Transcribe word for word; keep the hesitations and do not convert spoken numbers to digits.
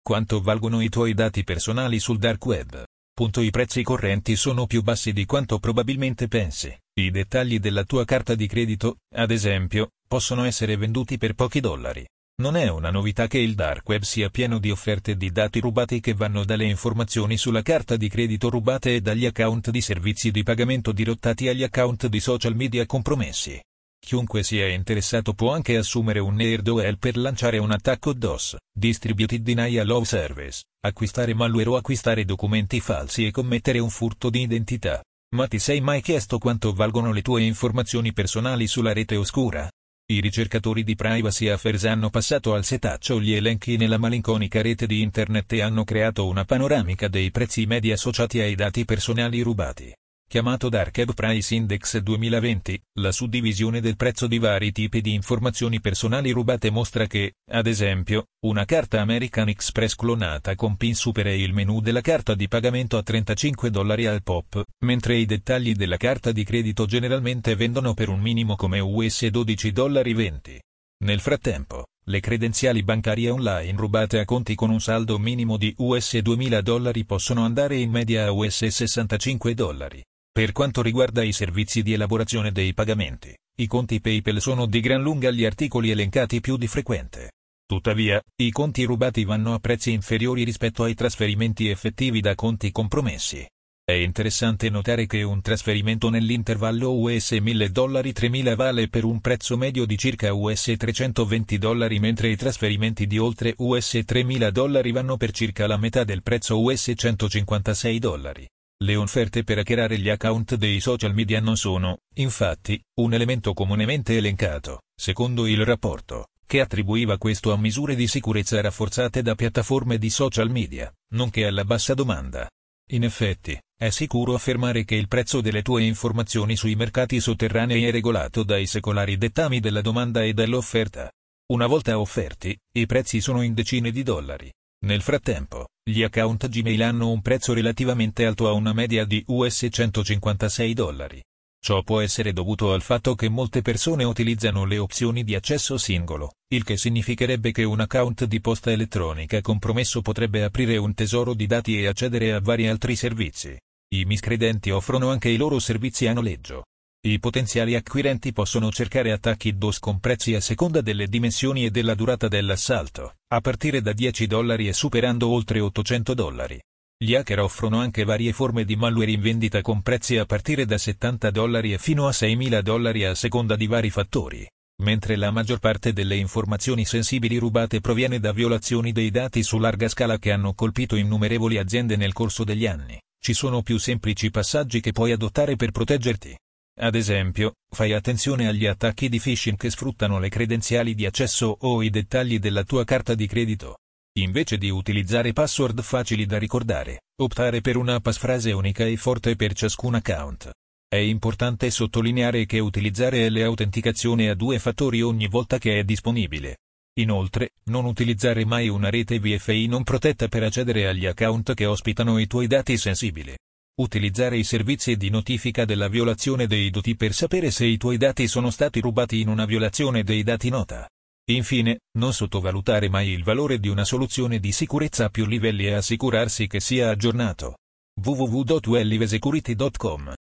Quanto valgono i tuoi dati personali sul dark web? Punto. I prezzi correnti sono più bassi di quanto probabilmente pensi. I dettagli della tua carta di credito, ad esempio, possono essere venduti per pochi dollari. Non è una novità che il dark web sia pieno di offerte di dati rubati che vanno dalle informazioni sulla carta di credito rubate e dagli account di servizi di pagamento dirottati agli account di social media compromessi. Chiunque sia interessato può anche assumere un NerdWall per lanciare un attacco DOS, Distributed Denial of Service, acquistare malware o acquistare documenti falsi e commettere un furto di identità. Ma ti sei mai chiesto quanto valgono le tue informazioni personali sulla rete oscura? I ricercatori di Privacy Affairs hanno passato al setaccio gli elenchi nella malinconica rete di Internet e hanno creato una panoramica dei prezzi medi associati ai dati personali rubati. Chiamato Dark Web Price Index duemilaventi, la suddivisione del prezzo di vari tipi di informazioni personali rubate mostra che, ad esempio, una carta American Express clonata con PIN supera il menu della carta di pagamento a trentacinque dollari al pop, mentre i dettagli della carta di credito generalmente vendono per un minimo come U S dodici dollari venti. Nel frattempo, le credenziali bancarie online rubate a conti con un saldo minimo di U S duemila dollari possono andare in media a U S sessantacinque dollari. Per quanto riguarda i servizi di elaborazione dei pagamenti, i conti PayPal sono di gran lunga gli articoli elencati più di frequente. Tuttavia, i conti rubati vanno a prezzi inferiori rispetto ai trasferimenti effettivi da conti compromessi. È interessante notare che un trasferimento nell'intervallo U S mille dollari tremila vale per un prezzo medio di circa U S trecentoventi dollari, mentre i trasferimenti di oltre U S tremila dollari vanno per circa la metà del prezzo U S centocinquantasei dollari. Le offerte per hackerare gli account dei social media non sono, infatti, un elemento comunemente elencato, secondo il rapporto, che attribuiva questo a misure di sicurezza rafforzate da piattaforme di social media, nonché alla bassa domanda. In effetti, è sicuro affermare che il prezzo delle tue informazioni sui mercati sotterranei è regolato dai secolari dettami della domanda e dell'offerta. Una volta offerti, i prezzi sono in decine di dollari. Nel frattempo, gli account Gmail hanno un prezzo relativamente alto a una media di U S centocinquantasei dollari. Ciò può essere dovuto al fatto che molte persone utilizzano le opzioni di accesso singolo, il che significherebbe che un account di posta elettronica compromesso potrebbe aprire un tesoro di dati e accedere a vari altri servizi. I miscredenti offrono anche i loro servizi a noleggio. I potenziali acquirenti possono cercare attacchi DOS con prezzi a seconda delle dimensioni e della durata dell'assalto, a partire da dieci dollari e superando oltre ottocento dollari. Gli hacker offrono anche varie forme di malware in vendita con prezzi a partire da settanta dollari e fino a seimila dollari a seconda di vari fattori. Mentre la maggior parte delle informazioni sensibili rubate proviene da violazioni dei dati su larga scala che hanno colpito innumerevoli aziende nel corso degli anni, ci sono più semplici passaggi che puoi adottare per proteggerti. Ad esempio, fai attenzione agli attacchi di phishing che sfruttano le credenziali di accesso o i dettagli della tua carta di credito. Invece di utilizzare password facili da ricordare, optare per una passphrase unica e forte per ciascun account. È importante sottolineare che utilizzare l'autenticazione a due fattori ogni volta che è disponibile. Inoltre, non utilizzare mai una rete W F I non protetta per accedere agli account che ospitano i tuoi dati sensibili. Utilizzare i servizi di notifica della violazione dei dati per sapere se i tuoi dati sono stati rubati in una violazione dei dati nota. Infine, non sottovalutare mai il valore di una soluzione di sicurezza a più livelli e assicurarsi che sia aggiornato. w w w punto wellivesecurity punto com